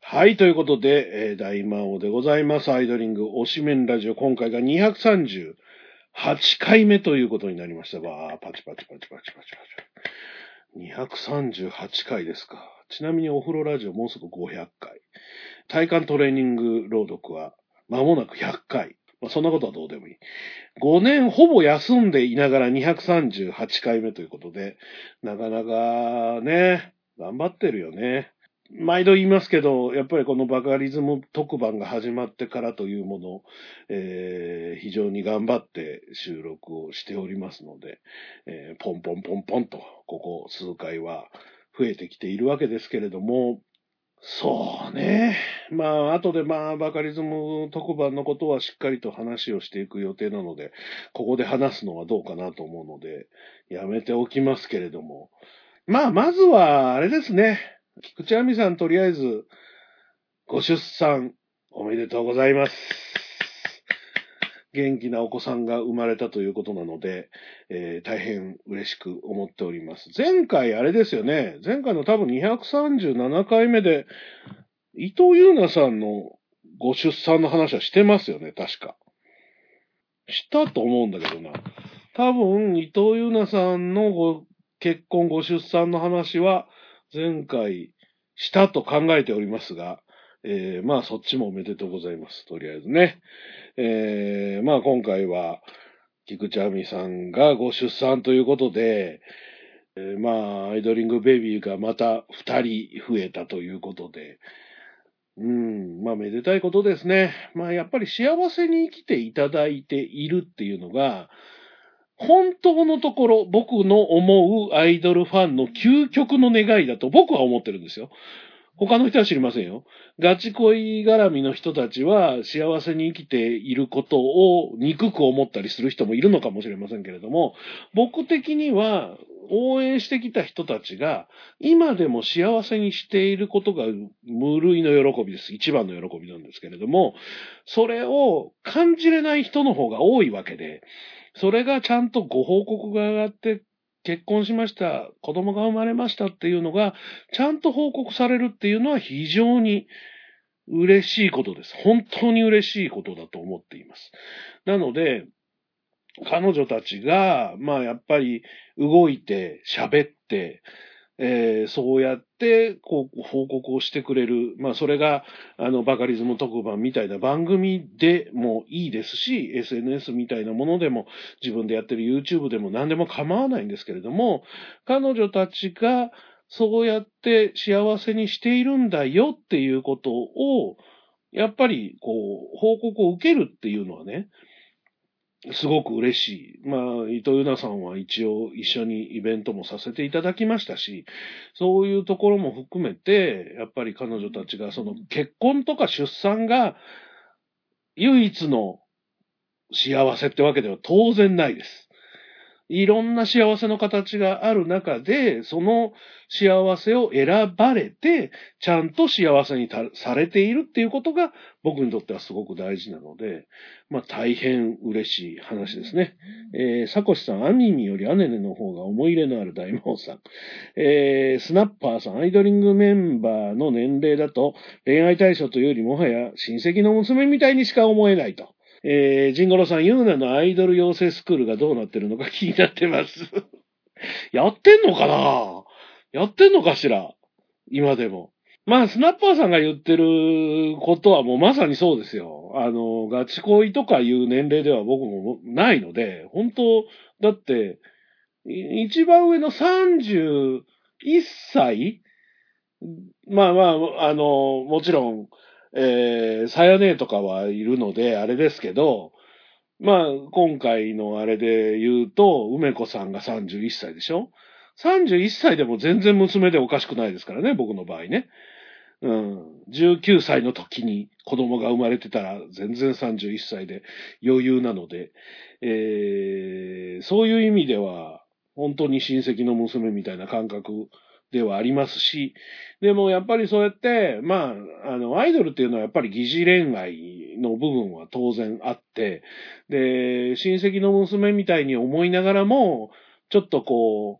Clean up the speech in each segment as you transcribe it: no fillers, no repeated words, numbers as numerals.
はい、ということで、大魔王でございます。アイドリング推しメンラジオ、今回が238回目ということになりました。わー、パチパチパチパチパチパチ。238回ですか。ちなみにお風呂ラジオもうすぐ500回。体幹トレーニング朗読は間もなく100回。そんなことはどうでもいい。5年ほぼ休んでいながら238回目ということで、なかなかね、頑張ってるよね。毎度言いますけど、やっぱりこのバカリズム特番が始まってからというもの、非常に頑張って収録をしておりますので、ポンポンポンポンと、ここ数回は増えてきているわけですけれども、そうね。後でバカリズム特番のことはしっかりと話をしていく予定なので、ここで話すのはどうかなと思うので、やめておきますけれども。まずは、あれですね。菊池亜美さん、とりあえず、ご出産、おめでとうございます。元気なお子さんが生まれたということなので、大変嬉しく思っております。前回、あれですよね。前回の多分237回目で、伊藤優奈さんのご出産の話はしてますよね、確か。したと思うんだけどな。多分、伊藤優奈さんの結婚、ご出産の話は、前回したと考えておりますが、そっちもおめでとうございます。とりあえずね。今回は、菊池亜美さんがご出産ということで、アイドリングベビーがまた2人増えたということで、めでたいことですね。やっぱり幸せに生きていただいているっていうのが、本当のところ、僕の思うアイドルファンの究極の願いだと僕は思ってるんですよ。他の人は知りませんよ。ガチ恋絡みの人たちは幸せに生きていることを憎く思ったりする人もいるのかもしれませんけれども、僕的には応援してきた人たちが今でも幸せにしていることが無類の喜びです。一番の喜びなんですけれども、それを感じれない人の方が多いわけで、それがちゃんとご報告が上がって結婚しました、子供が生まれましたっていうのが、ちゃんと報告されるっていうのは非常に嬉しいことです。本当に嬉しいことだと思っています。なので、彼女たちが、やっぱり動いて、喋って、そうやって、報告をしてくれる。それが、バカリズム特番みたいな番組でもいいですし、SNS みたいなものでも、自分でやってる YouTube でも何でも構わないんですけれども、彼女たちが、そうやって幸せにしているんだよっていうことを、やっぱり、報告を受けるっていうのはね、すごく嬉しい。伊藤優奈さんは一応一緒にイベントもさせていただきましたし、そういうところも含めて、やっぱり彼女たちがその結婚とか出産が唯一の幸せってわけでは当然ないです。いろんな幸せの形がある中で、その幸せを選ばれて、ちゃんと幸せにされているっていうことが僕にとってはすごく大事なので、大変嬉しい話ですね。サコシさん、兄により姉の方が思い入れのある大魔王さん。スナッパーさん、アイドリングメンバーの年齢だと恋愛対象というよりもはや親戚の娘みたいにしか思えないと。ジンゴロさん、ユーナのアイドル養成スクールがどうなってるのか気になってます。やってんのかな？やってんのかしら？今でも。スナッパーさんが言ってることはもうまさにそうですよ。ガチ恋とかいう年齢では僕もないので、本当、だって、一番上の31歳もちろん、さやねえとかはいるので、あれですけど、今回のあれで言うと、梅子さんが31歳でしょ？ 31 歳でも全然娘でおかしくないですからね、僕の場合ね。19歳の時に子供が生まれてたら全然31歳で余裕なので、そういう意味では本当に親戚の娘みたいな感覚ではありますし、でもやっぱりそうやって、アイドルっていうのはやっぱり疑似恋愛の部分は当然あって、で、親戚の娘みたいに思いながらも、ちょっと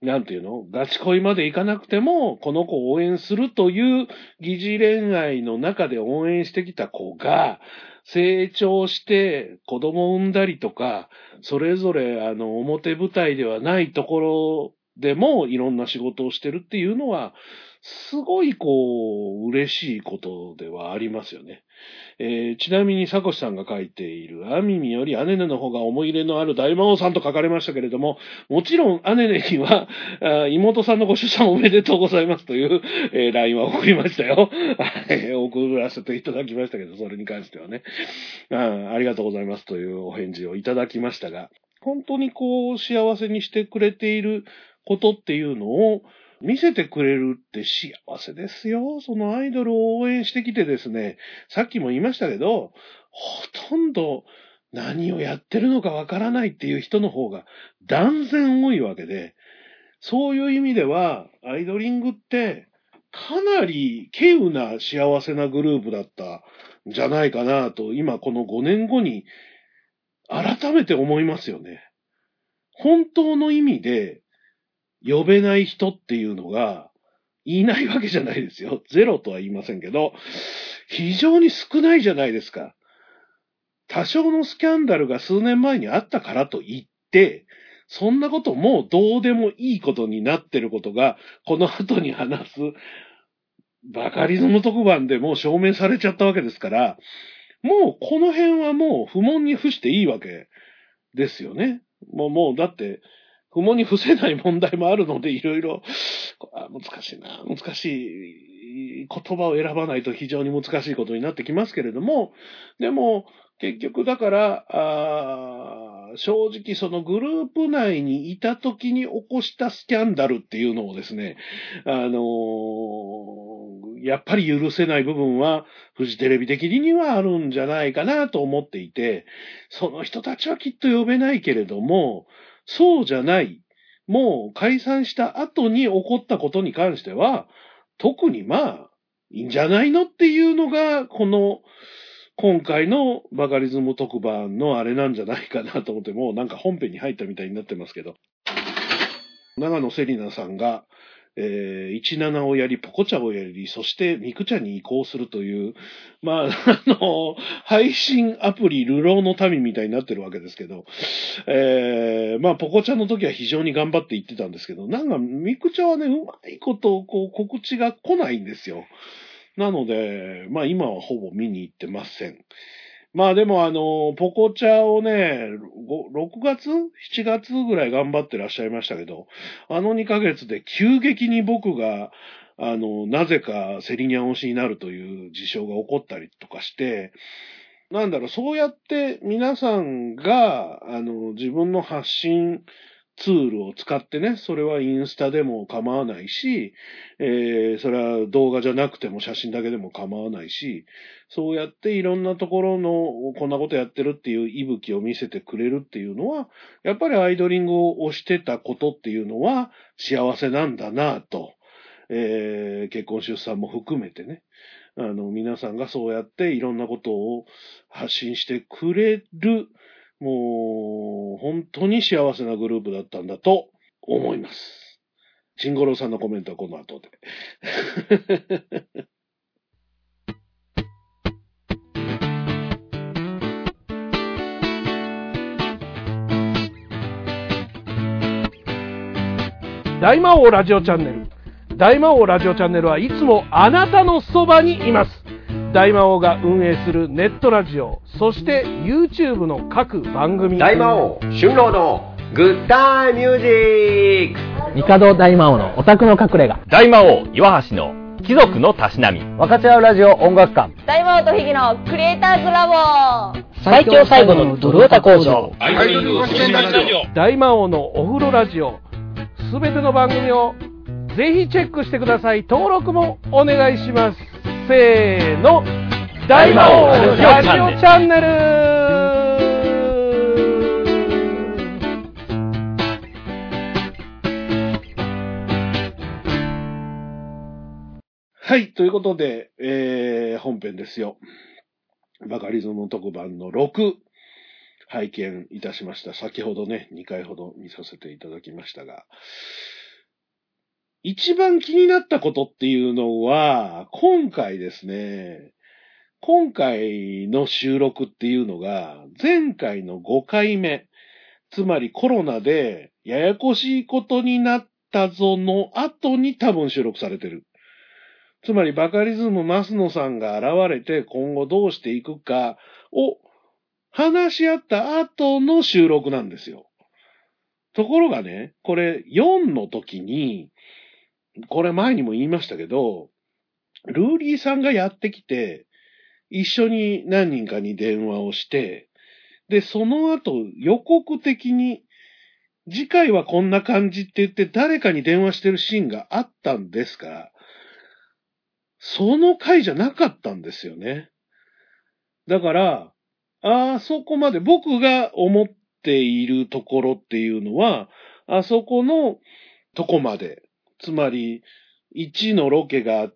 なんていうの？ガチ恋までいかなくても、この子を応援するという疑似恋愛の中で応援してきた子が、成長して子供を産んだりとか、それぞれ表舞台ではないところでもいろんな仕事をしてるっていうのは、すごい嬉しいことではありますよね。ちなみに、サコシさんが書いている、アミミよりアネネの方が思い入れのある大魔王さんと書かれましたけれども、もちろんアネネには、妹さんのご出産おめでとうございますという、LINE は送りましたよ。送らせていただきましたけど、それに関してはね。ありがとうございますというお返事をいただきましたが、本当に幸せにしてくれていることっていうのを、見せてくれるって幸せですよ。そのアイドルを応援してきてですね、さっきも言いましたけど、ほとんど何をやってるのかわからないっていう人の方が断然多いわけで、そういう意味では、アイドリングってかなり稀有な幸せなグループだったんじゃないかなと、今この5年後に改めて思いますよね。本当の意味で、呼べない人っていうのが、いないわけじゃないですよ。ゼロとは言いませんけど、非常に少ないじゃないですか。多少のスキャンダルが数年前にあったからといって、そんなこともうどうでもいいことになってることが、この後に話すバカリズム特番でもう証明されちゃったわけですから、もうこの辺はもう不問に付していいわけですよね。もうだって、不問に付せない問題もあるので、いろいろ、難しいな。難しい言葉を選ばないと非常に難しいことになってきますけれども、でも、結局だから、正直そのグループ内にいた時に起こしたスキャンダルっていうのをですね、やっぱり許せない部分は、フジテレビ的にはあるんじゃないかなと思っていて、その人たちはきっと呼べないけれども、そうじゃない。もう解散した後に起こったことに関しては、特にいいんじゃないのっていうのが、今回のバカリズム特番のあれなんじゃないかなと思って、もうなんか本編に入ったみたいになってますけど。長野セリナさんが、17をやり、ポコチャをやり、そしてミクチャに移行するという、配信アプリ、流浪の民みたいになってるわけですけど、ポコチャの時は非常に頑張って言ってたんですけど、なんかミクチャはね、うまいこと告知が来ないんですよ。なので、今はほぼ見に行ってません。でもポコチャをね、6月 ?7 月ぐらい頑張ってらっしゃいましたけど、2ヶ月で急激に僕が、なぜかセリニャン推しになるという事象が起こったりとかして、そうやって皆さんが、自分の発信ツールを使ってね、それはインスタでも構わないし、それは動画じゃなくても写真だけでも構わないし、そうやっていろんなところのこんなことやってるっていう息吹を見せてくれるっていうのは、やっぱりアイドリングを推してたことっていうのは幸せなんだなと、結婚出産も含めてね、皆さんがそうやっていろんなことを発信してくれる、もう、本当に幸せなグループだったんだと思います。チンゴロウさんのコメントはこの後で。大魔王ラジオチャンネル。大魔王ラジオチャンネルはいつもあなたのそばにいます。大魔王が運営するネットラジオ、そして YouTube の各番組。 大魔王春郎のグッタイミュージック。 帝大魔王のオタクの隠れ家。 大魔王岩橋の貴族のたしなみ。 分かち合うラジオ音楽館。 大魔王とヒギのクリエイターズラボ。 最強最後のドルオタ工場。 アイドルご出演ラジオ。大魔王のお風呂ラジオ。すべての番組をぜひチェックしてください。登録もお願いします。せーの、大魔王ラジオチャンネル。はい、ということで、本編ですよ。バカリズム特番の6、拝見いたしました。先ほどね、2回ほど見させていただきましたが、 一番気になったことっていうのは、今回ですね、今回の収録っていうのが、前回の5回目、つまりコロナでややこしいことになったぞの後に多分収録されてる。つまりバカリズム増野さんが現れて今後どうしていくかを話し合った後の収録なんですよ。ところがね、これ4の時に、これ前にも言いましたけど、ルーリーさんがやってきて、一緒に何人かに電話をして、で、その後予告的に、次回はこんな感じって言って誰かに電話してるシーンがあったんですが、その回じゃなかったんですよね。だから、あそこまで僕が思っているところっていうのは、あそこのとこまで、つまり1のロケがあって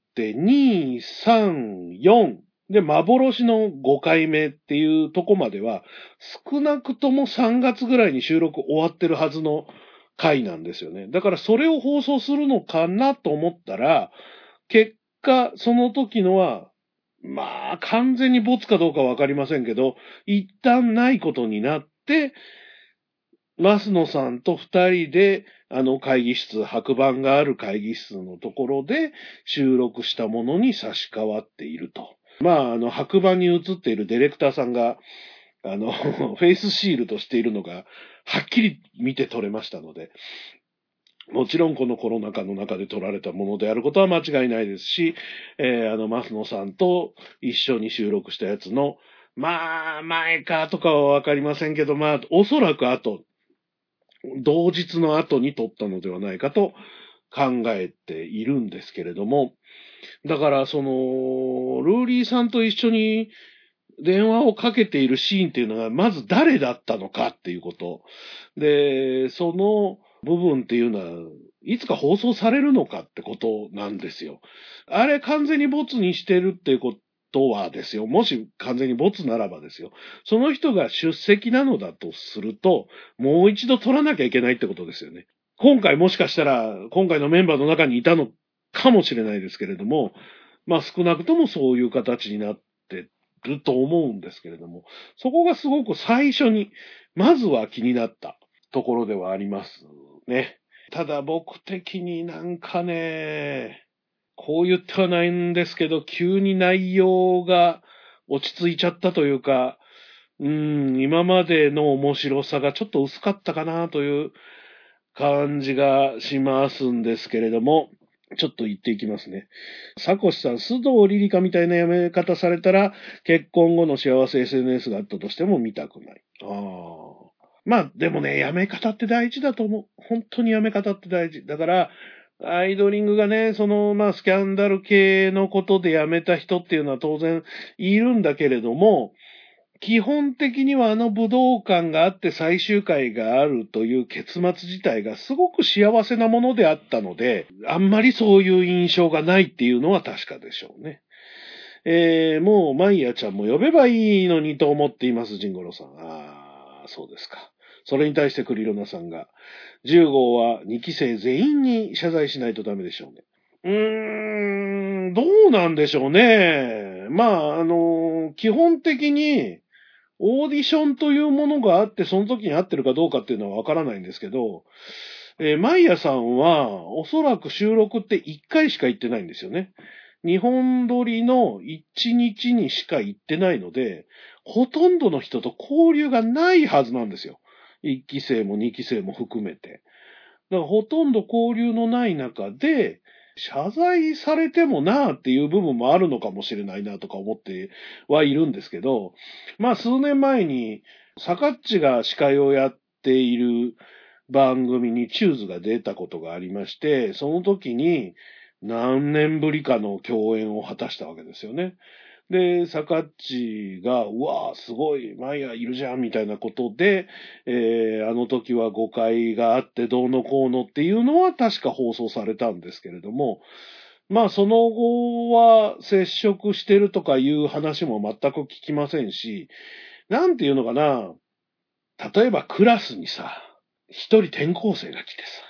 、2、3、4で幻の5回目っていうとこまでは、少なくとも3月ぐらいに収録終わってるはずの回なんですよね。だからそれを放送するのかなと思ったら、結果その時のは、まあ完全にボツかどうかわかりませんけど、一旦ないことになって、増野さんと二人で、会議室、白板がある会議室のところで収録したものに差し替わっていると。まあ、白板に映っているディレクターさんが、フェイスシールドしているのが、はっきり見て取れましたので、もちろんこのコロナ禍の中で撮られたものであることは間違いないですし、増野さんと一緒に収録したやつの、まあ、前かとかはわかりませんけど、まあ、おそらく同日の後に撮ったのではないかと考えているんですけれども、だからルーリーさんと一緒に電話をかけているシーンっていうのが、まず誰だったのかっていうこと。で、その部分っていうのは、いつか放送されるのかってことなんですよ。あれ完全にボツにしてるっていうことはですよ、もし完全にボツならばですよ、その人が出席なのだとすると、もう一度撮らなきゃいけないってことですよね。今回もしかしたら、今回のメンバーの中にいたのかもしれないですけれども、まあ少なくともそういう形になってると思うんですけれども、そこがすごく最初に、まずは気になったところではありますね。ただ僕的になんかね、こう言ってはないんですけど、急に内容が落ち着いちゃったというか、今までの面白さがちょっと薄かったかなという感じがしますんですけれども、ちょっと言っていきますね。サコシさん、須藤リリカみたいな辞め方されたら、結婚後の幸せ SNS があったとしても見たくない。まあ、でもね、辞め方って大事だと思う。本当に辞め方って大事。だから、アイドリングがね、スキャンダル系のことで辞めた人っていうのは当然いるんだけれども、基本的には武道館があって最終回があるという結末自体がすごく幸せなものであったので、あんまりそういう印象がないっていうのは確かでしょうね。もうマイヤちゃんも呼べばいいのにと思っています、ジンゴロさん。そうですか。それに対してクリロナさんが、10号は2期生全員に謝罪しないとダメでしょうね。どうなんでしょうね。まあ、基本的に、オーディションというものがあって、その時に合ってるかどうかっていうのはわからないんですけど、マイヤさんは、おそらく収録って1回しか行ってないんですよね。2本撮りの1日にしか行ってないので、ほとんどの人と交流がないはずなんですよ。1期生も2期生も含めて。だからほとんど交流のない中で、謝罪されてもなーっていう部分もあるのかもしれないなとか思ってはいるんですけど、まあ数年前にサカッチが司会をやっている番組にチューズが出たことがありまして、その時に何年ぶりかの共演を果たしたわけですよね。で、サカッチが、うわーすごい、マイヤいるじゃん、みたいなことで、あの時は誤解があってどうのこうのっていうのは確か放送されたんですけれども、まあその後は接触してるとかいう話も全く聞きませんし、なんていうのかな、例えばクラスにさ、一人転校生が来てさ、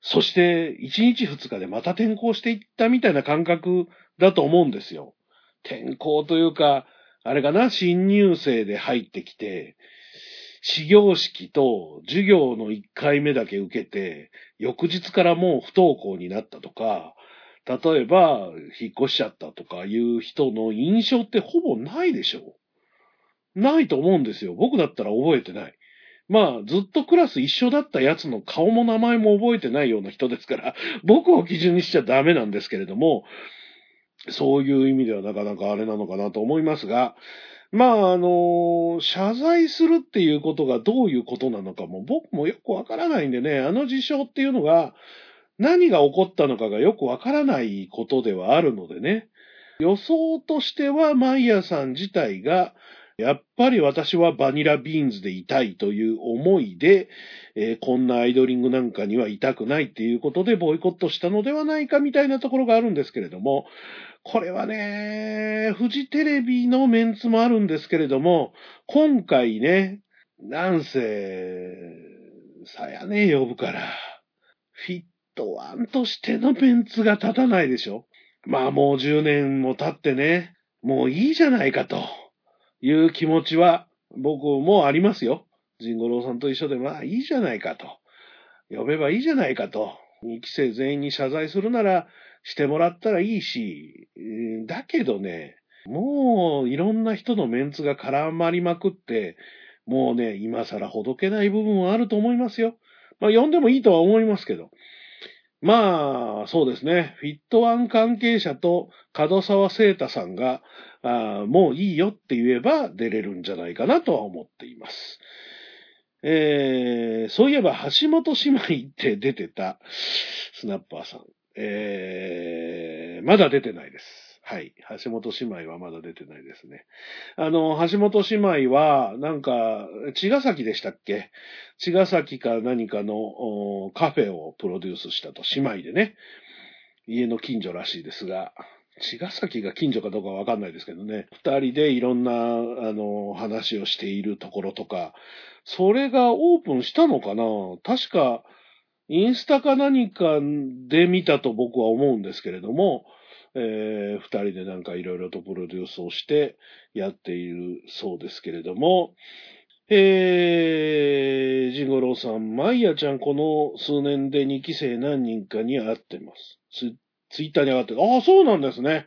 そして1日2日でまた転校していったみたいな感覚だと思うんですよ。転校というか、あれかな、新入生で入ってきて、始業式と授業の1回目だけ受けて、翌日からもう不登校になったとか、例えば引っ越しちゃったとかいう人の印象ってほぼないでしょう。ないと思うんですよ。僕だったら覚えてない。まあ、ずっとクラス一緒だったやつの顔も名前も覚えてないような人ですから、僕を基準にしちゃダメなんですけれども、そういう意味ではなかなかあれなのかなと思いますが、まあ、謝罪するっていうことがどういうことなのかも僕もよくわからないんでね、あの事象っていうのが何が起こったのかがよくわからないことではあるのでね、予想としてはマイヤさん自体がやっぱり私はバニラビーンズでいたいという思いで、こんなアイドリングなんかにはいたくないっていうことでボイコットしたのではないかみたいなところがあるんですけれども、これはね、フジテレビのメンツもあるんですけれども、今回ね、なんせ、さやね呼ぶから、フィットワンとしてのメンツが立たないでしょ。まあもう10年も経ってね、もういいじゃないかという気持ちは僕もありますよ。ジンゴローさんと一緒でまあいいじゃないかと。呼べばいいじゃないかと。2期生全員に謝罪するならしてもらったらいいし、だけどね、もういろんな人のメンツが絡まりまくって、もうね、今更ほどけない部分はあると思いますよ。まあ呼んでもいいとは思いますけど。まあ、そうですね。フィットワン関係者と門沢聖太さんが、もういいよって言えば出れるんじゃないかなとは思っています。そういえば橋本姉妹って出てたスナッパーさん。まだ出てないです。はい。橋本姉妹はまだ出てないですね。橋本姉妹は、なんか、茅ヶ崎でしたっけ？茅ヶ崎か何かのカフェをプロデュースしたと、姉妹でね。家の近所らしいですが、茅ヶ崎が近所かどうかわかんないですけどね。二人でいろんな、話をしているところとか、それがオープンしたのかな？確か、インスタか何かで見たと僕は思うんですけれども、二人でなんかいろいろとプロデュースをしてやっているそうですけれども、ジゴロさん、マイヤちゃんこの数年で2期生何人かに会ってます。ツイッターに上がってる。ああ、そうなんですね。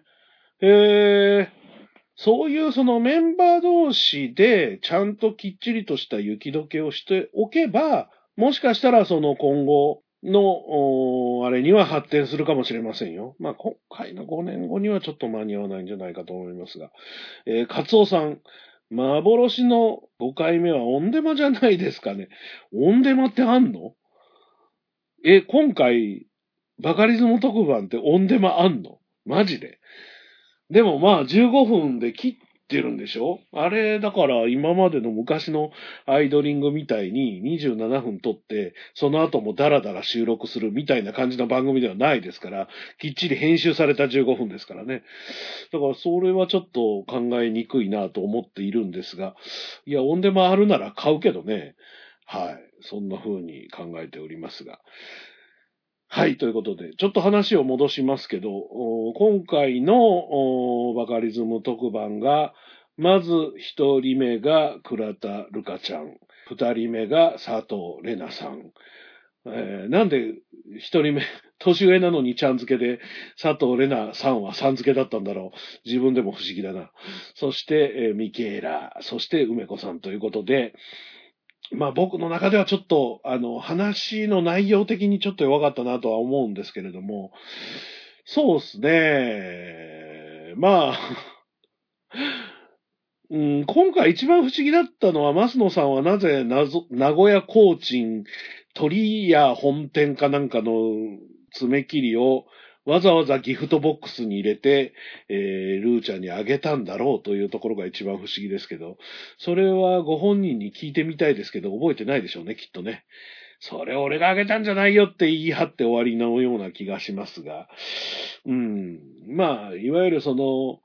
そういうそのメンバー同士でちゃんときっちりとした雪解けをしておけば、もしかしたらその今後の、あれには発展するかもしれませんよ。まあ、今回の5年後にはちょっと間に合わないんじゃないかと思いますが。カツオさん、幻の5回目はオンデマじゃないですかね。オンデマってあんの？今回、バカリズム特番ってオンデマあんの？マジで？でもまあ15分で切ってるんでしょ？あれだから今までの昔のアイドリングみたいに27分撮ってその後もダラダラ収録するみたいな感じの番組ではないですから、きっちり編集された15分ですからね。だからそれはちょっと考えにくいなと思っているんですが、いや、オンデマあるなら買うけどね。はい。そんな風に考えておりますが。はい、ということで、ちょっと話を戻しますけど、今回のバカリズム特番が、まず一人目が倉田瑠香ちゃん、二人目が佐藤玲奈さん。なんで一人目、年上なのにちゃん付けで佐藤玲奈さんはさん付けだったんだろう。自分でも不思議だな。そして、ミケーラ、そして梅子さんということで、まあ僕の中ではちょっと、話の内容的にちょっと弱かったなとは思うんですけれども、そうですね。まあ、今回一番不思議だったのは、増野さんはなぜ名古屋コーチン鳥屋本店かなんかの爪切りをわざわざギフトボックスに入れて、ルーちゃんにあげたんだろうというところが一番不思議ですけど、それはご本人に聞いてみたいですけど、覚えてないでしょうね、きっとね。それ俺があげたんじゃないよって言い張って終わりのような気がしますが、まあ、いわゆるその、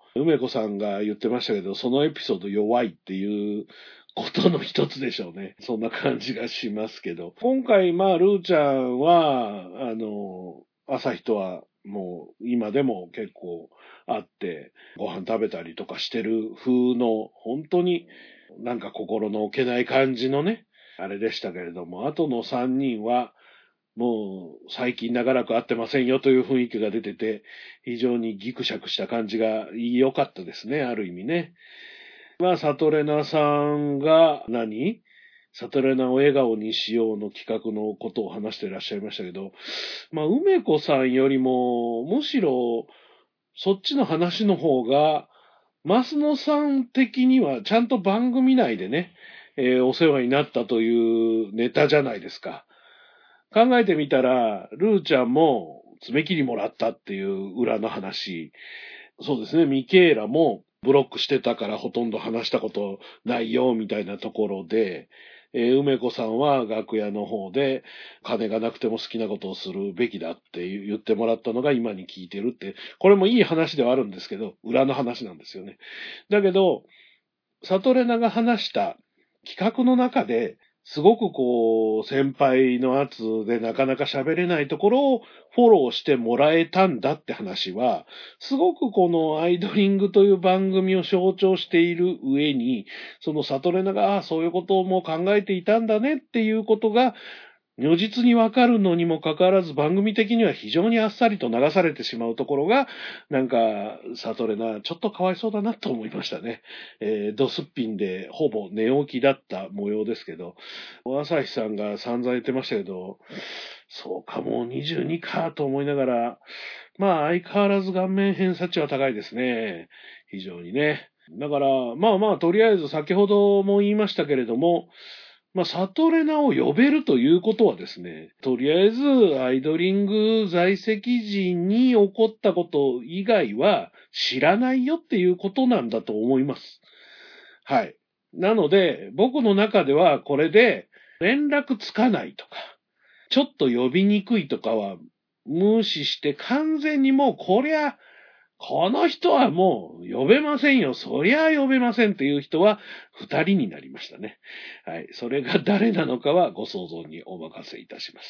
梅子さんが言ってましたけど、そのエピソード弱いっていうことの一つでしょうね。そんな感じがしますけど。今回、ルーちゃんは、朝日とはもう今でも結構会ってご飯食べたりとかしてる風の、本当になんか心の置けない感じのね、あれでしたけれども、あとの3人は、もう最近長らく会ってませんよという雰囲気が出てて、非常にギクシャクした感じが良かったですね、ある意味ね。サトレナさんがサトレナを笑顔にしようの企画のことを話していらっしゃいましたけど、梅子さんよりも、むしろ、そっちの話の方が、増野さん的にはちゃんと番組内でね、お世話になったというネタじゃないですか。考えてみたら、ルーちゃんも爪切りもらったっていう裏の話。そうですね、ミケーラもブロックしてたからほとんど話したことないよみたいなところで、梅子さんは楽屋の方で金がなくても好きなことをするべきだって言ってもらったのが今に聞いてるって、これもいい話ではあるんですけど、裏の話なんですよね。だけど、サトレナが話した企画の中で、すごく先輩の圧でなかなか喋れないところをフォローしてもらえたんだって話は、すごくこのアイドリングという番組を象徴している上に、そのサトレナが、そういうことも考えていたんだねっていうことが、如実にわかるのにもかかわらず番組的には非常にあっさりと流されてしまうところが、なんか、サトレナ、ちょっとかわいそうだなと思いましたね。ドスッピンでほぼ寝起きだった模様ですけど、朝日さんが散々言ってましたけど、そうか、もう22かと思いながら、相変わらず顔面偏差値は高いですね。非常にね。だから、とりあえず先ほども言いましたけれども、サトレナを呼べるということはですね、とりあえずアイドリング在籍時に起こったこと以外は知らないよっていうことなんだと思います。はい。なので、僕の中ではこれで連絡つかないとか、ちょっと呼びにくいとかは無視して完全にもうこの人はもう呼べませんよ。そりゃ呼べませんっていう人は2人になりましたね。はい。それが誰なのかはご想像にお任せいたします。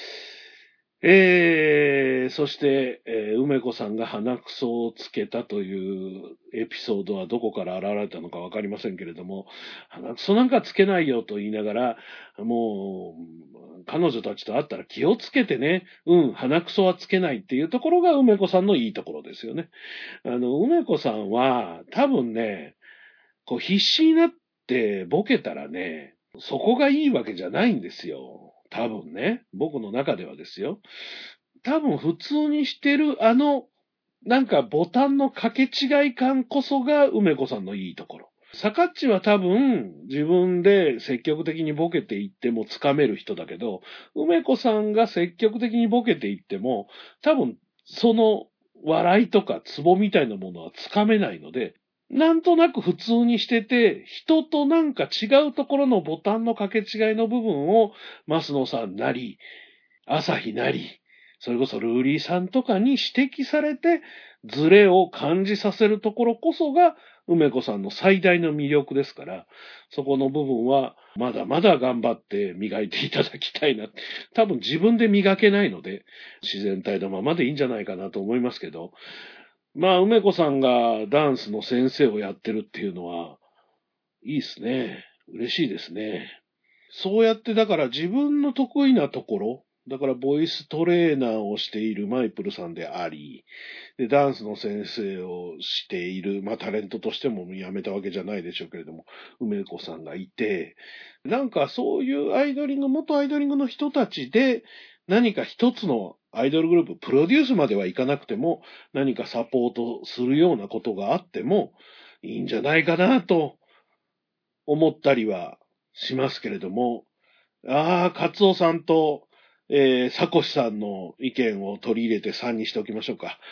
そして、梅子さんが鼻くそをつけたというエピソードはどこから現れたのかわかりませんけれども、鼻くそなんかつけないよと言いながら、もう、彼女たちと会ったら気をつけてね、鼻くそはつけないっていうところが梅子さんのいいところですよね。梅子さんは多分ね、必死になってボケたらね、そこがいいわけじゃないんですよ。多分ね、僕の中ではですよ。多分普通にしてるなんかボタンの掛け違い感こそが梅子さんのいいところ。サカッチは多分自分で積極的にボケていってもつかめる人だけど、梅子さんが積極的にボケていっても、多分その笑いとかツボみたいなものはつかめないので、なんとなく普通にしてて、人となんか違うところのボタンの掛け違いの部分を、増野さんなり、朝日なり、それこそルーリーさんとかに指摘されて、ズレを感じさせるところこそが、梅子さんの最大の魅力ですから、そこの部分は、まだまだ頑張って磨いていただきたいな。多分自分で磨けないので、自然体のままでいいんじゃないかなと思いますけど、梅子さんがダンスの先生をやってるっていうのは、いいですね。嬉しいですね。そうやってだから自分の得意なところ、だからボイストレーナーをしているマイプルさんであり、で、ダンスの先生をしている、タレントとしても辞めたわけじゃないでしょうけれども、梅子さんがいて、なんかそういう元アイドリングの人たちで、何か一つのアイドルグループ、プロデュースまではいかなくても、何かサポートするようなことがあってもいいんじゃないかなと思ったりはしますけれども、カツオさんと、サコシさんの意見を取り入れて3にしておきましょうか。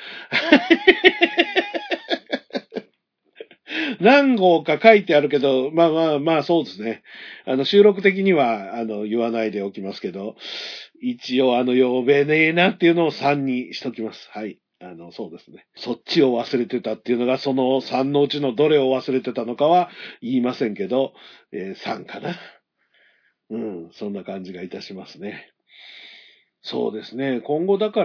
何号か書いてあるけど、そうですね。収録的には、言わないでおきますけど、一応呼べねえなっていうのを3にしときます。はい。 そうですね。そっちを忘れてたっていうのが、その3のうちのどれを忘れてたのかは言いませんけど、3かな。そんな感じがいたしますね。そうですね。今後だから、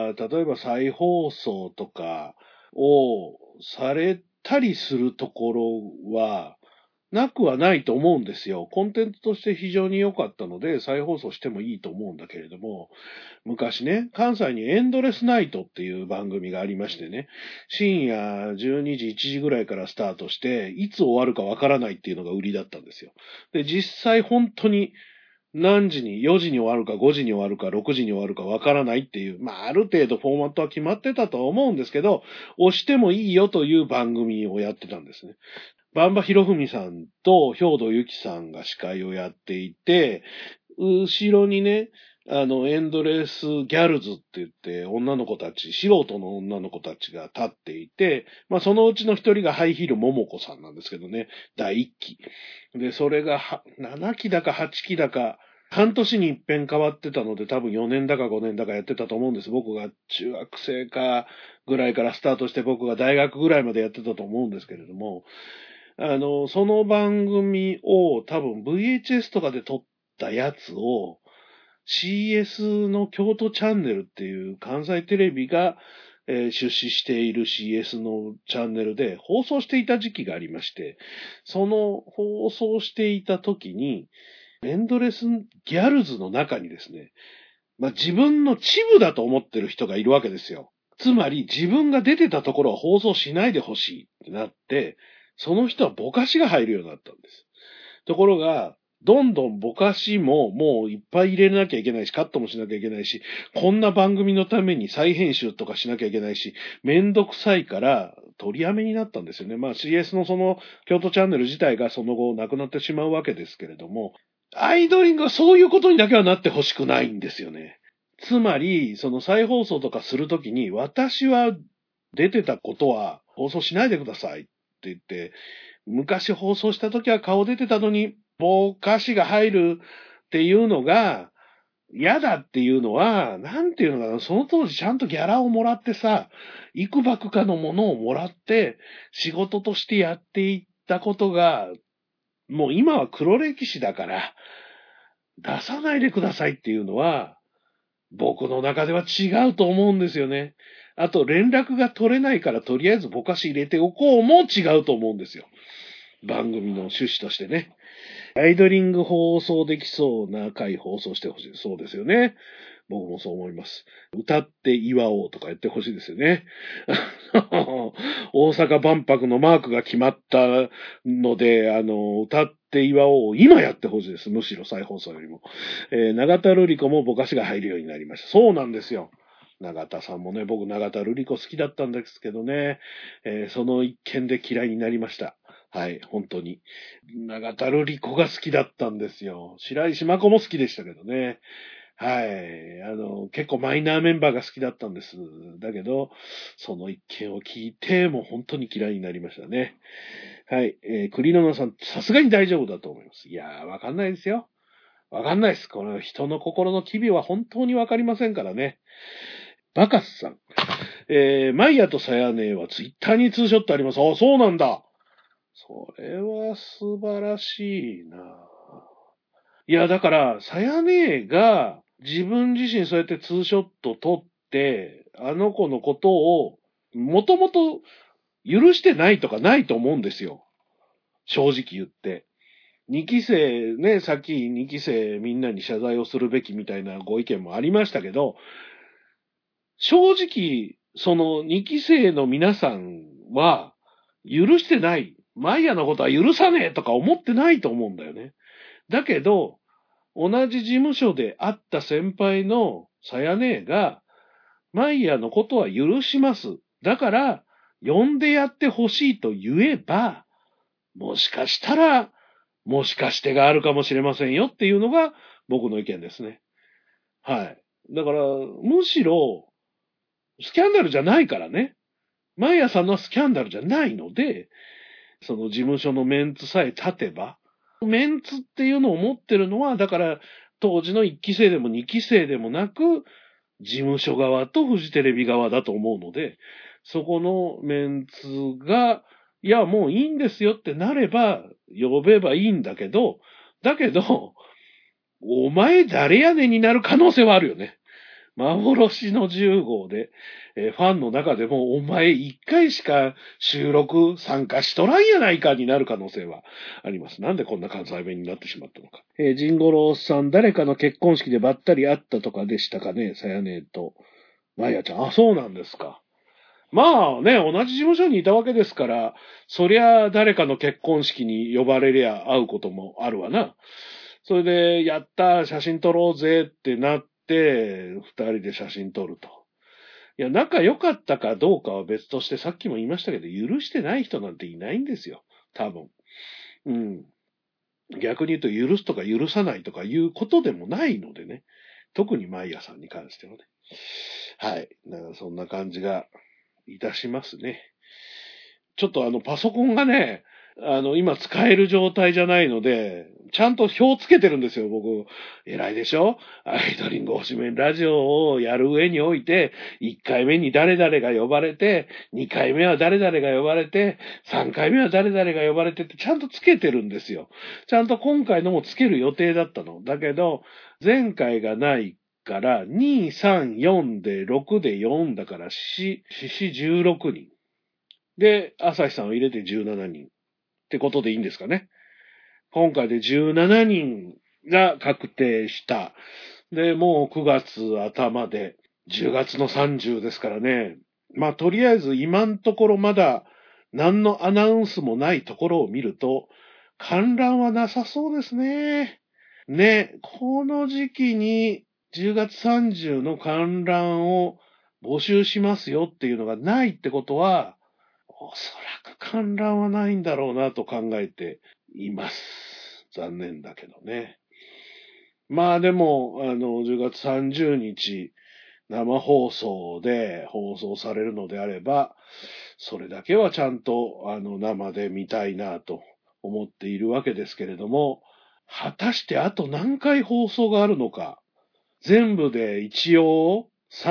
例えば再放送とかをされたりするところは、なくはないと思うんですよ。コンテンツとして非常に良かったので、再放送してもいいと思うんだけれども、昔ね、関西にエンドレスナイトっていう番組がありましてね、深夜12時、1時ぐらいからスタートして、いつ終わるかわからないっていうのが売りだったんですよ。で、実際本当に何時に、4時に終わるか5時に終わるか6時に終わるかわからないっていう、ある程度フォーマットは決まってたとは思うんですけど、押してもいいよという番組をやってたんですね。バンバヒロフミさんと兵藤由紀さんが司会をやっていて、後ろにね、エンドレスギャルズって言って、女の子たち、素人の女の子たちが立っていて、そのうちの一人がハイヒール桃子さんなんですけどね、第1期。で、それが7期だか8期だか、半年に一遍変わってたので、多分4年だか5年だかやってたと思うんです。僕が中学生かぐらいからスタートして、僕が大学ぐらいまでやってたと思うんですけれども、その番組を多分 VHS とかで撮ったやつを CS の京都チャンネルっていう関西テレビが、出資している CS のチャンネルで放送していた時期がありまして、その放送していた時に、エンドレスギャルズの中にですね、自分のチブだと思ってる人がいるわけですよ。つまり自分が出てたところは放送しないでほしいってなって、その人はぼかしが入るようになったんです。ところが、どんどんぼかしももういっぱい入れなきゃいけないし、カットもしなきゃいけないし、こんな番組のために再編集とかしなきゃいけないし、めんどくさいから取りやめになったんですよね。CS のその京都チャンネル自体がその後なくなってしまうわけですけれども、アイドリングはそういうことにだけはなってほしくないんですよね。つまり、その再放送とかするときに、私は出てたことは放送しないでくださいって言って、昔放送したときは顔出てたのに、ぼかしが入るっていうのが嫌だっていうのは、なんていうのかな、その当時ちゃんとギャラをもらってさ、幾ばくかのものをもらって、仕事としてやっていったことが、もう今は黒歴史だから、出さないでくださいっていうのは、僕の中では違うと思うんですよね。あと、連絡が取れないから、とりあえずぼかし入れておこうも違うと思うんですよ。番組の趣旨としてね。アイドリング放送できそうな回放送してほしい。そうですよね。僕もそう思います。歌って祝おうとか言ってほしいですよね。大阪万博のマークが決まったので、歌って祝おう、今やってほしいです。むしろ再放送よりも。永田瑠璃子もぼかしが入るようになりました。そうなんですよ。永田さんもね、僕永田瑠璃子好きだったんですけどね、その一件で嫌いになりました。はい、本当に。永田瑠璃子が好きだったんですよ。白石麻子も好きでしたけどね。はい。結構マイナーメンバーが好きだったんです。だけど、その一件を聞いて、もう本当に嫌いになりましたね。はい。栗野さん、さすがに大丈夫だと思います。いやー、わかんないですよ。わかんないです。この人の心の機微は本当にわかりませんからね。バカスさん。マイヤとサヤネはツイッターにツーショットあります。あ、そうなんだ。それは素晴らしいな。いや、だから、サヤネが自分自身そうやってツーショット撮って、あの子のことを、もともと許してないとかないと思うんですよ。正直言って。2期生ね、さっき2期生みんなに謝罪をするべきみたいなご意見もありましたけど、正直、その2期生の皆さんは許してない。マイヤのことは許さねえとか思ってないと思うんだよね。だけど、同じ事務所で会った先輩のさやねえが、マイヤのことは許します。だから、呼んでやってほしいと言えば、もしかしたら、もしかしてがあるかもしれませんよっていうのが僕の意見ですね。はい。だから、むしろ、スキャンダルじゃないからね。マイヤさんのはスキャンダルじゃないので、その事務所のメンツさえ立てば、メンツっていうのを持ってるのは、だから当時の1期生でも2期生でもなく、 事務所側とフジテレビ側だと思うので、そこのメンツが、いや、もういいんですよってなれば、呼べばいいんだけど、お前誰やねんになる可能性はあるよね。幻の10号で、ファンの中でもお前1回しか収録参加しとらんやないかになる可能性はあります。なんでこんな関西弁になってしまったのか。ジンゴロさん、誰かの結婚式でばったり会ったとかでしたかね、さやねと。まやちゃん、あ、そうなんですか。まあね、同じ事務所にいたわけですから、そりゃ誰かの結婚式に呼ばれりゃ会うこともあるわな。それで、やった、写真撮ろうぜってなって、二人で写真撮ると。いや、仲良かったかどうかは別として、さっきも言いましたけど、許してない人なんていないんですよ。多分。うん。逆に言うと、許すとか許さないとかいうことでもないのでね。特にマイヤさんに関してはね。はい。だからそんな感じがいたしますね。ちょっとパソコンがね、今使える状態じゃないので、ちゃんと表つけてるんですよ、僕。偉いでしょ？アイドリング推しメンラジオをやる上において、1回目に誰々が呼ばれて、2回目は誰々が呼ばれて、3回目は誰々が呼ばれてってちゃんとつけてるんですよ。ちゃんと今回のもつける予定だったの。だけど、前回がないから、2、3、4で6で4だから、16人。で、朝日さんを入れて17人。ってことでいいんですかね。今回で17人が確定した。で、もう9月頭で10月の30ですからね。まあ、とりあえず今のところまだ何のアナウンスもないところを見ると、観覧はなさそうですね。ね、この時期に10月30の観覧を募集しますよっていうのがないってことは、おそらく観覧はないんだろうなと考えています。残念だけどね。まあでも、10月30日、生放送で放送されるのであれば、それだけはちゃんと、生で見たいなと思っているわけですけれども、果たしてあと何回放送があるのか、全部で一応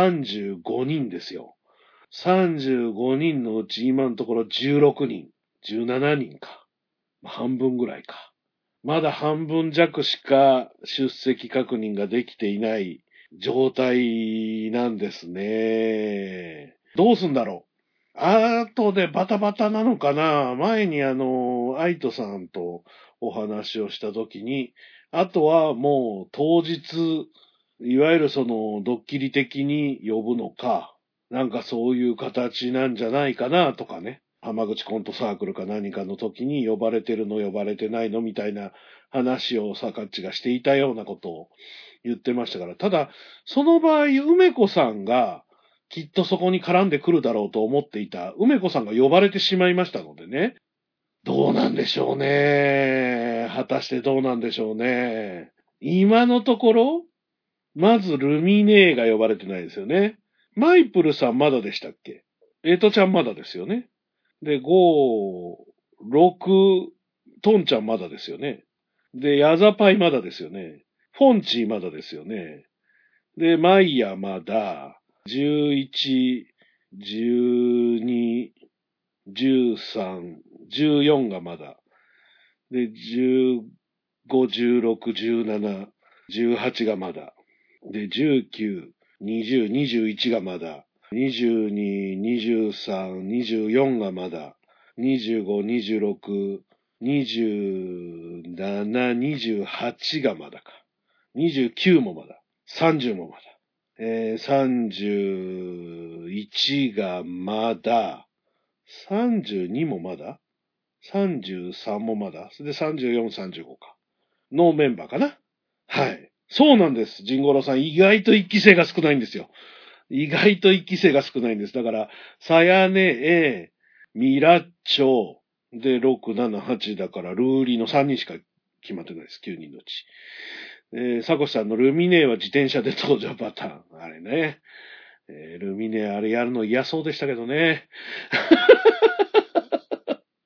35人ですよ。35人のうち今のところ16人、17人か。半分ぐらいか。まだ半分弱しか出席確認ができていない状態なんですね。どうすんだろう。あとでバタバタなのかな。前にアイトさんとお話をしたときに、あとはもう当日、いわゆるそのドッキリ的に呼ぶのか、なんかそういう形なんじゃないかなとかね。浜口コントサークルか何かの時に呼ばれてるの呼ばれてないのみたいな話をサカッチがしていたようなことを言ってましたから。ただ、その場合、梅子さんがきっとそこに絡んでくるだろうと思っていた梅子さんが呼ばれてしまいましたのでね。どうなんでしょうね。果たしてどうなんでしょうね。今のところ、まずルミネーが呼ばれてないですよね。マイプルさんまだでしたっけ？エイトちゃんまだですよね。で、5、6、トンちゃんまだですよね。で、ヤザパイまだですよね。フォンチーまだですよね。で、マイヤまだ、11、12、13、14がまだ。で、15、16、17、18がまだ。で、19、20、21がまだ。22、23、24がまだ。25、26、27、28がまだか。29もまだ。30もまだ。31がまだ。32もまだ。33もまだ。それで34、35か。のメンバーかな。はい。そうなんです。ジンゴロさん。意外と一期生が少ないんですよ。意外と一期生が少ないんです。だから、さやねミラッチョ、で、6、7、8だから、ルーリーの3人しか決まってないです。9人のうち。サコシさんのルミネーは自転車で登場パターン。あれね。ルミネーあれやるの嫌そうでしたけどね。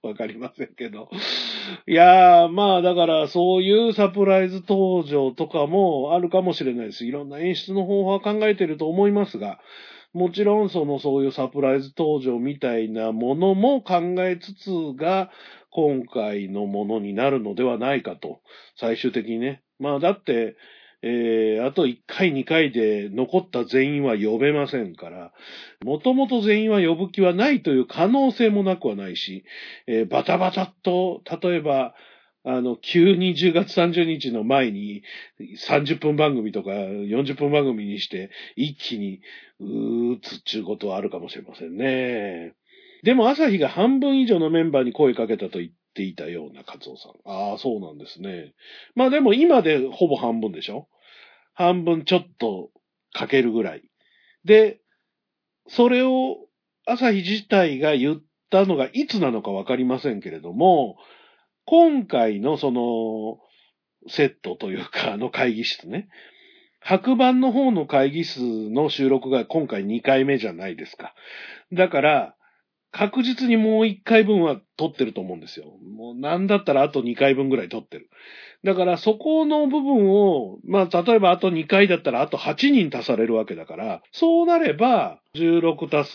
わかりませんけど。いやー、まあだからそういうサプライズ登場とかもあるかもしれないです。いろんな演出の方法は考えていると思いますが、もちろんそういうサプライズ登場みたいなものも考えつつが今回のものになるのではないかと、最終的にね。まあだって、あと1回2回で残った全員は呼べませんから、もともと全員は呼ぶ気はないという可能性もなくはないし、バタバタっと、例えば、急に10月30日の前に30分番組とか40分番組にして一気に打つっちゅうことはあるかもしれませんね。でも朝日が半分以上のメンバーに声かけたと言っていたようなカツオさん。ああ、そうなんですね。まあでも今でほぼ半分でしょ？半分ちょっとかけるぐらい。で、それを朝日自体が言ったのがいつなのかわかりませんけれども、今回のそのセットというか会議室ね。白板の方の会議室の収録が今回2回目じゃないですか。だから、確実にもう1回分は撮ってると思うんですよ。もうなんだったらあと2回分ぐらい撮ってる。だからそこの部分を、まあ例えばあと2回だったらあと8人足されるわけだから、そうなれば16足す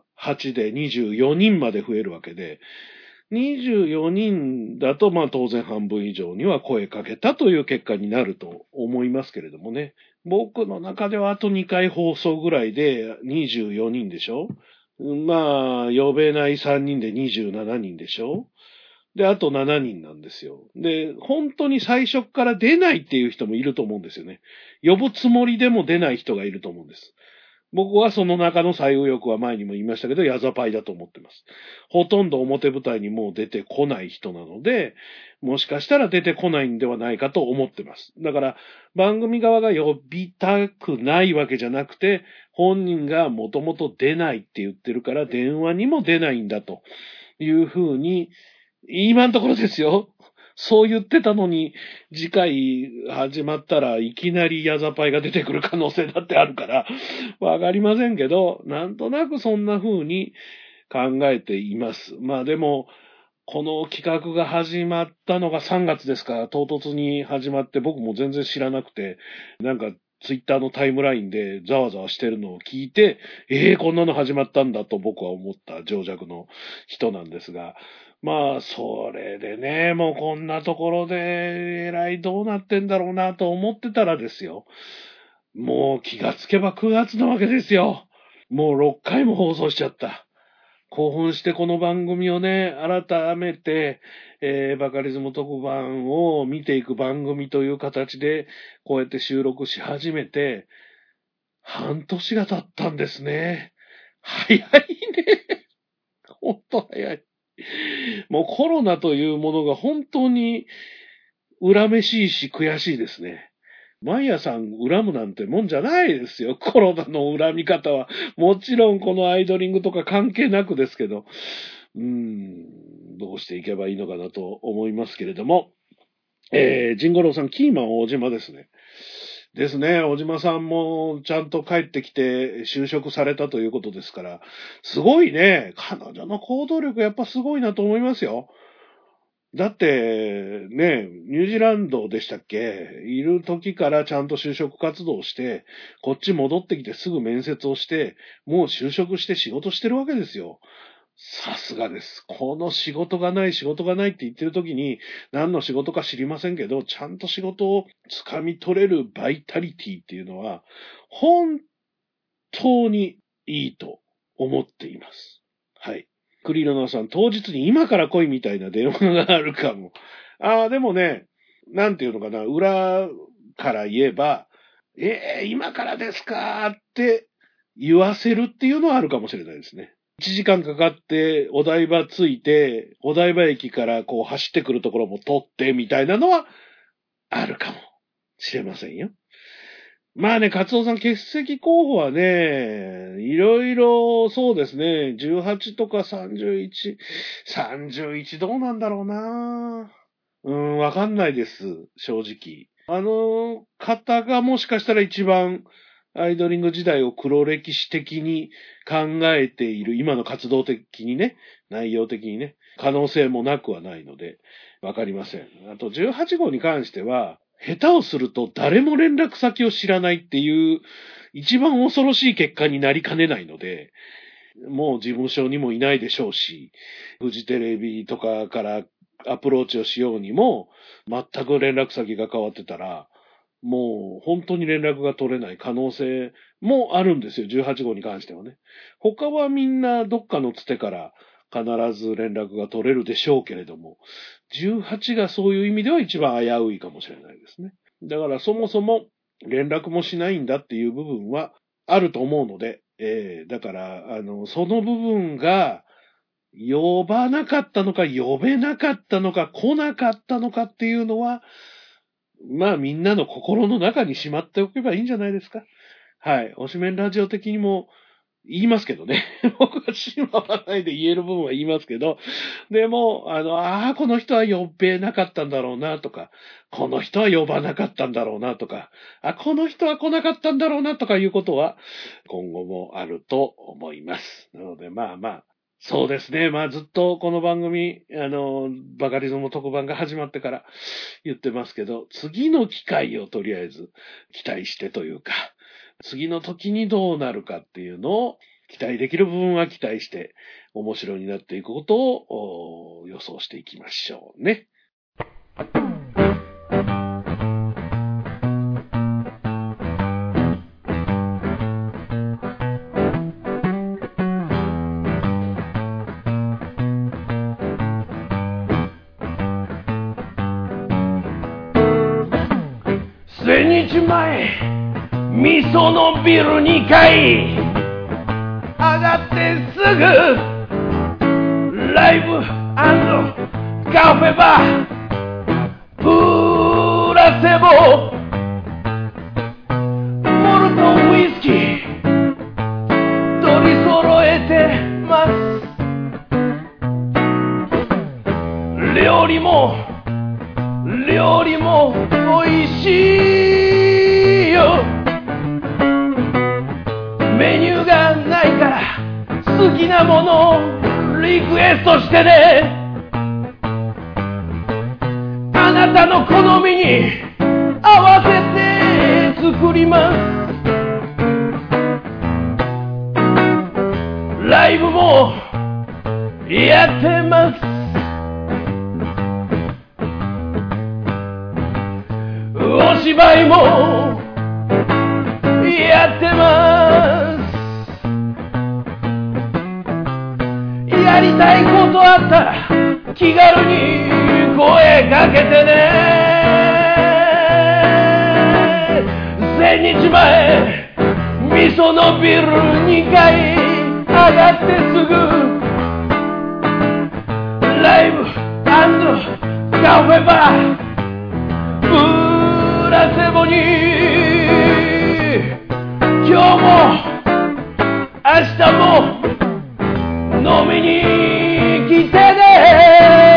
8で24人まで増えるわけで、24人だとまあ当然半分以上には声かけたという結果になると思いますけれどもね。僕の中ではあと2回放送ぐらいで24人でしょ？まあ、呼べない3人で27人でしょ？で、あと7人なんですよ。で、本当に最初から出ないっていう人もいると思うんですよね。呼ぶつもりでも出ない人がいると思うんです。僕はその中の最右翼は前にも言いましたけど、ヤザパイだと思ってます。ほとんど表舞台にもう出てこない人なので、もしかしたら出てこないんではないかと思ってます。だから番組側が呼びたくないわけじゃなくて、本人がもともと出ないって言ってるから電話にも出ないんだというふうに、今のところですよ。そう言ってたのに、次回始まったらいきなりヤザパイが出てくる可能性だってあるから、わかりませんけど、なんとなくそんな風に考えています。まあでも、この企画が始まったのが3月ですから、唐突に始まって僕も全然知らなくて、なんかツイッターのタイムラインでざわざわしてるのを聞いて、こんなの始まったんだと僕は思った情弱の人なんですが、まあ、それでね、もうこんなところで、えらいどうなってんだろうなと思ってたらですよ。もう気がつけば9月なわけですよ。もう6回も放送しちゃった。興奮してこの番組をね、改めて、バカリズム特番を見ていく番組という形で、こうやって収録し始めて、半年が経ったんですね。早いね。ほんと早い。もうコロナというものが本当に恨めしいし悔しいですね。マイヤさん恨むなんてもんじゃないですよ。コロナの恨み方は。もちろんこのアイドリングとか関係なくですけど、どうしていけばいいのかなと思いますけれども、ジンゴロウさん、キーマン大島ですね。ですね。小島さんもちゃんと帰ってきて就職されたということですから、すごいね。彼女の行動力やっぱすごいなと思いますよ。だって、ね、ニュージーランドでしたっけ？いる時からちゃんと就職活動して、こっち戻ってきてすぐ面接をして、もう就職して仕事してるわけですよ。さすがです。この仕事がないって言ってる時に、何の仕事か知りませんけど、ちゃんと仕事をつかみ取れるバイタリティっていうのは、本当にいいと思っています。はい。クリロナさん、当日に今から来いみたいな電話があるかも。でもね、なんていうのかな、裏から言えば、今からですかって言わせるっていうのはあるかもしれないですね。1時間かかってお台場着いて、お台場駅からこう走ってくるところも撮ってみたいなのはあるかもしれませんよ。まあね、カツオさん欠席候補はね、いろいろそうですね、18とか31どうなんだろうな。わかんないです、正直。方がもしかしたら一番アイドリング時代を黒歴史的に考えている、今の活動的にね、内容的にね、 可能性もなくはないので、わかりません。あと18号に関しては、下手をすると誰も連絡先を知らないっていう一番恐ろしい結果になりかねないので、もう事務所にもいないでしょうし、フジテレビとかからアプローチをしようにも、全く連絡先が変わってたら、もう本当に連絡が取れない可能性もあるんですよ、18号に関してはね。他はみんなどっかのつてから必ず連絡が取れるでしょうけれども、18がそういう意味では一番危ういかもしれないですね。だからそもそも連絡もしないんだっていう部分はあると思うので、だからその部分が呼ばなかったのか呼べなかったのか来なかったのかっていうのは、まあみんなの心の中にしまっておけばいいんじゃないですか。はい。推しメンラジオ的にも言いますけどね。僕はしまわないで言える部分は言いますけど、でも、この人は呼べなかったんだろうなとか、この人は呼ばなかったんだろうなとか、この人は来なかったんだろうなとかいうことは今後もあると思います。なのでまあ、そうですね。まあずっとこの番組、バカリズム特番が始まってから言ってますけど、次の機会をとりあえず期待してというか、次の時にどうなるかっていうのを期待できる部分は期待して面白になっていくことを予想していきましょうね。 千日前味噌のビル2階上がってすぐライブ&カフェバープラセボモルトウイスキー取り揃えてます料理も美味しいよメニューがないから好きなものをリクエストしてねあなたの好みに合わせて作りますライブもやってますお芝居もやってますやりたいことあったら気軽に声かけてね千日前味噌のビル2階上がってすぐライブ&カフェバープラセボに今日も明日も飲みに来てね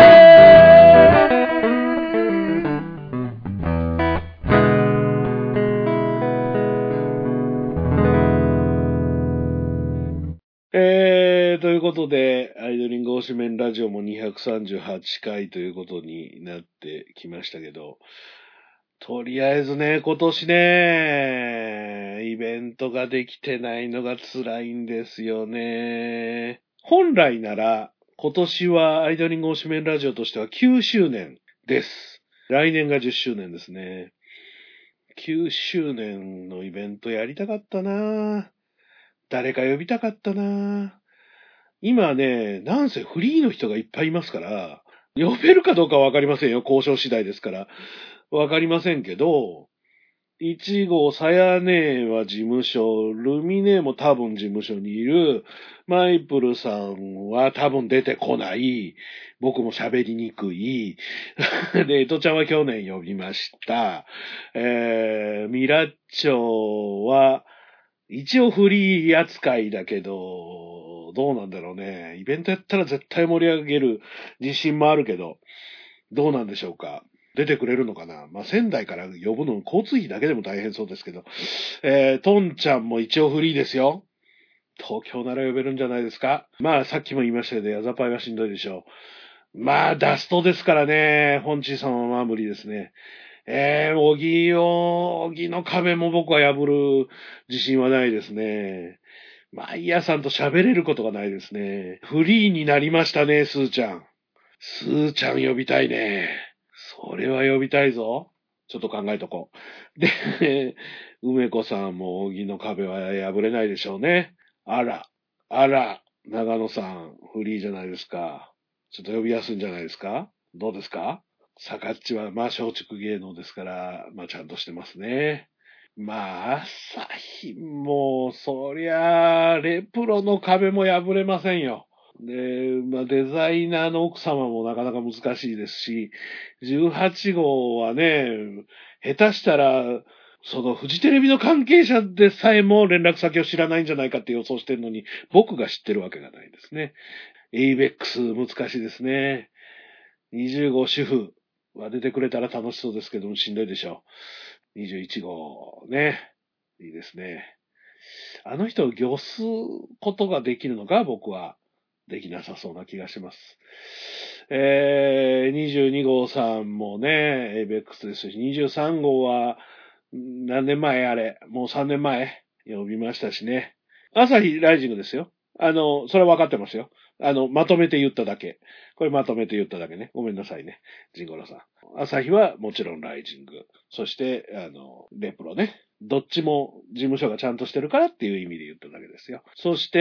ということで、アイドリング推しメンラジオも238回ということになってきましたけど、とりあえずね、今年ね、イベントができてないのが辛いんですよね。本来なら、今年はアイドリング推しメンラジオとしては9周年です。来年が10周年ですね。9周年のイベントやりたかったな。誰か呼びたかったな。今ね、なんせフリーの人がいっぱいいますから、呼べるかどうかはわかりませんよ。交渉次第ですから。わかりませんけど、1号、さやねは事務所、ルミネも多分事務所にいる、マイプルさんは多分出てこない、僕も喋りにくい、で、エトちゃんは去年呼びました、ミラッチョは、一応フリー扱いだけど、どうなんだろうね。イベントやったら絶対盛り上げる自信もあるけど、どうなんでしょうか。出てくれるのかな。まあ、仙台から呼ぶの交通費だけでも大変そうですけど、トンちゃんも一応フリーですよ。 東京なら呼べるんじゃないですか。まあさっきも言いましたけど、ヤザパイはしんどいでしょう。まあダストですからね、本地さんはまあ無理ですね。小木の壁も僕は破る自信はないですね。マイヤさんと喋れることがないですね。フリーになりましたね、スーちゃん。スーちゃん呼びたいね。それは呼びたいぞ。ちょっと考えとこう。で、梅子さんも扇の壁は破れないでしょうね。あら、長野さん、フリーじゃないですか。ちょっと呼びやすいんじゃないですか。どうですか。サカッチは、まあ、松竹芸能ですから、まあ、ちゃんとしてますね。まあ、朝日も、そりゃ、レプロの壁も破れませんよ。で、まあ、デザイナーの奥様もなかなか難しいですし、18号はね、下手したら、そのフジテレビの関係者でさえも連絡先を知らないんじゃないかって予想してるのに、僕が知ってるわけがないですね。ABEX 難しいですね。20号主婦は出てくれたら楽しそうですけどもしんどいでしょう。21号ね。いいですね。あの人を御すことができるのか僕はできなさそうな気がします。22号さんもね、ABEX ですし、23号は何年前あれ、もう3年前呼びましたしね。朝日ライジングですよ。それは分かってますよ。まとめて言っただけ。これまとめて言っただけね。ごめんなさいね。ジンゴロさん。朝日はもちろんライジング。そして、レプロね。どっちも事務所がちゃんとしてるからっていう意味で言っただけですよ。そして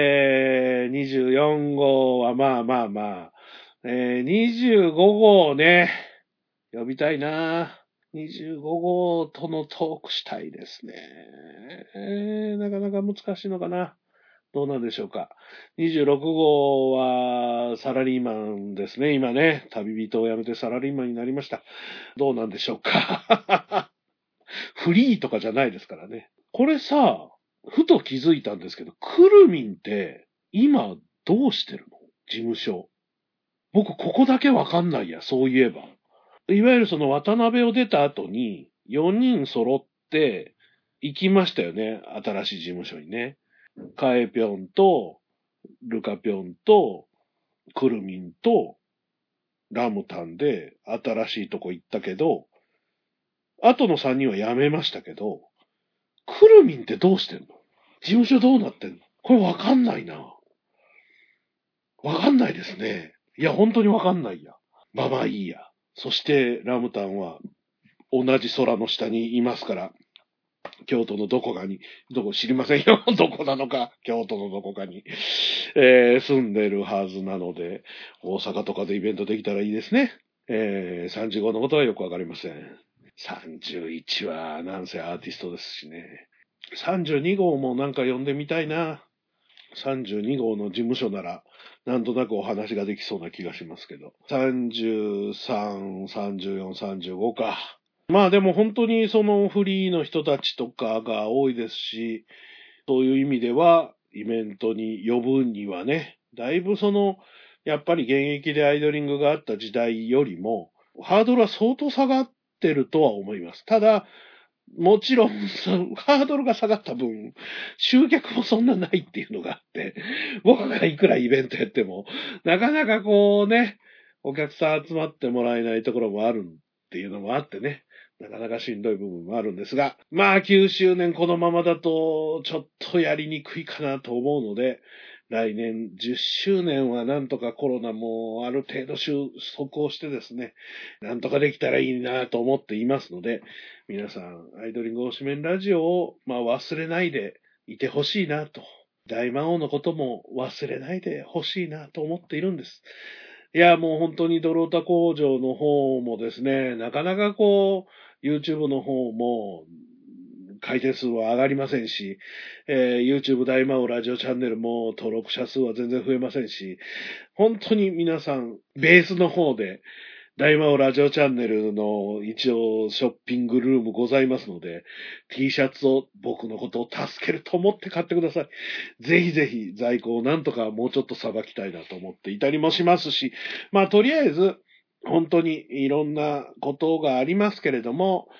、24号はまあ、25号ね。呼びたいな。25号とのトークしたいですね。なかなか難しいのかな。どうなんでしょうか。26号はサラリーマンですね。今ね、旅人を辞めてサラリーマンになりました。どうなんでしょうか。フリーとかじゃないですからね。これさ、ふと気づいたんですけど、クルミンって今どうしてるの？事務所。僕ここだけわかんないや、そういえば。いわゆるその渡辺を出た後に4人揃って行きましたよね。新しい事務所にね。カエピョンと、ルカピョンと、クルミンと、ラムタンで新しいとこ行ったけど、後の3人は辞めましたけど、クルミンってどうしてんの？事務所どうなってんの？これわかんないな。わかんないですね。いや、本当にわかんないや。まあいいや。そして、ラムタンは、同じ空の下にいますから、京都のどこかに、どこ知りませんよ。どこなのか、京都のどこかに、住んでるはずなので、大阪とかでイベントできたらいいですね。35のことはよくわかりません。31はなんせアーティストですしね。32号もなんか呼んでみたいな。32号の事務所なら、なんとなくお話ができそうな気がしますけど。33、34、35か。まあでも本当にそのフリーの人たちとかが多いですし、そういう意味ではイベントに呼ぶにはね、だいぶやっぱり現役でアイドリングがあった時代よりも、ハードルは相当下がってるとは思います。ただ、もちろん、ハードルが下がった分、集客もそんなないっていうのがあって、僕がいくらイベントやっても、なかなかこうね、お客さん集まってもらえないところもあるっていうのもあってね、なかなかしんどい部分もあるんですが、まあ9周年このままだと、ちょっとやりにくいかなと思うので、来年10周年はなんとかコロナもある程度収束をしてですね、なんとかできたらいいなと思っていますので、皆さん、アイドリング推しメンラジオを、忘れないでいてほしいなと、大魔王のことも忘れないでほしいなと思っているんです。いや、もう本当にドロータ工場の方もですね、なかなかYouTube の方も、回転数は上がりませんし、YouTube 大魔王ラジオチャンネルも登録者数は全然増えませんし、本当に皆さん、ベースの方で、大魔王ラジオチャンネルの一応ショッピングルームございますので、T シャツを僕のことを助けると思って買ってください。ぜひぜひ在庫をなんとかもうちょっとさばきたいなと思っていたりもしますし、とりあえず、本当にいろんなことがありますけれども、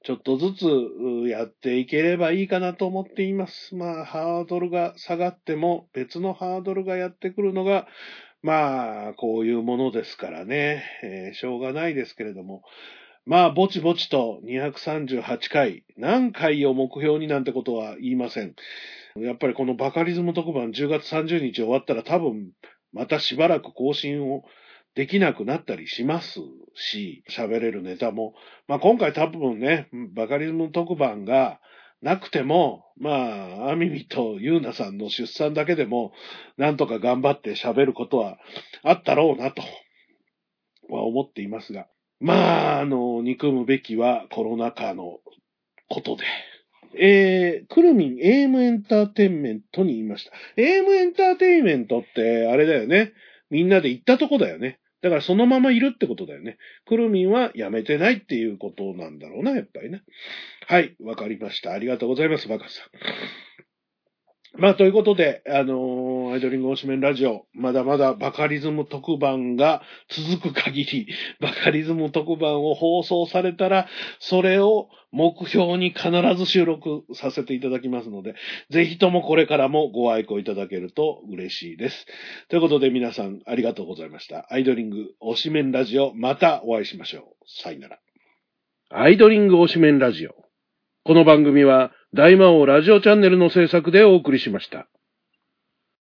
ちょっとずつやっていければいいかなと思っています。まあ、ハードルが下がっても別のハードルがやってくるのが、まあ、こういうものですからね、しょうがないですけれども、まあ、ぼちぼちと238回、何回を目標になんてことは言いません。やっぱりこのバカリズム特番10月30日終わったら多分、またしばらく更新をできなくなったりしますし、喋れるネタも。まあ今回多分ね、バカリズム特番がなくても、まあ、アミミとユーナさんの出産だけでも、なんとか頑張って喋ることはあったろうなと、は思っていますが。まあ、憎むべきはコロナ禍のことで。くるみん AM エンターテインメントに言いました。AM エンターテインメントってあれだよね。みんなで行ったとこだよね。だからそのままいるってことだよね。くるみんは辞めてないっていうことなんだろうな、やっぱりね。はい、わかりました。ありがとうございます、バカさん。まあ、ということで、アイドリング推しメンラジオ、まだまだバカリズム特番が続く限り、バカリズム特番を放送されたら、それを目標に必ず収録させていただきますので、ぜひともこれからもご愛顧いただけると嬉しいです。ということで皆さんありがとうございました。アイドリング推しメンラジオ、またお会いしましょう。さよなら。アイドリング推しメンラジオ。この番組は大魔王ラジオチャンネルの制作でお送りしました。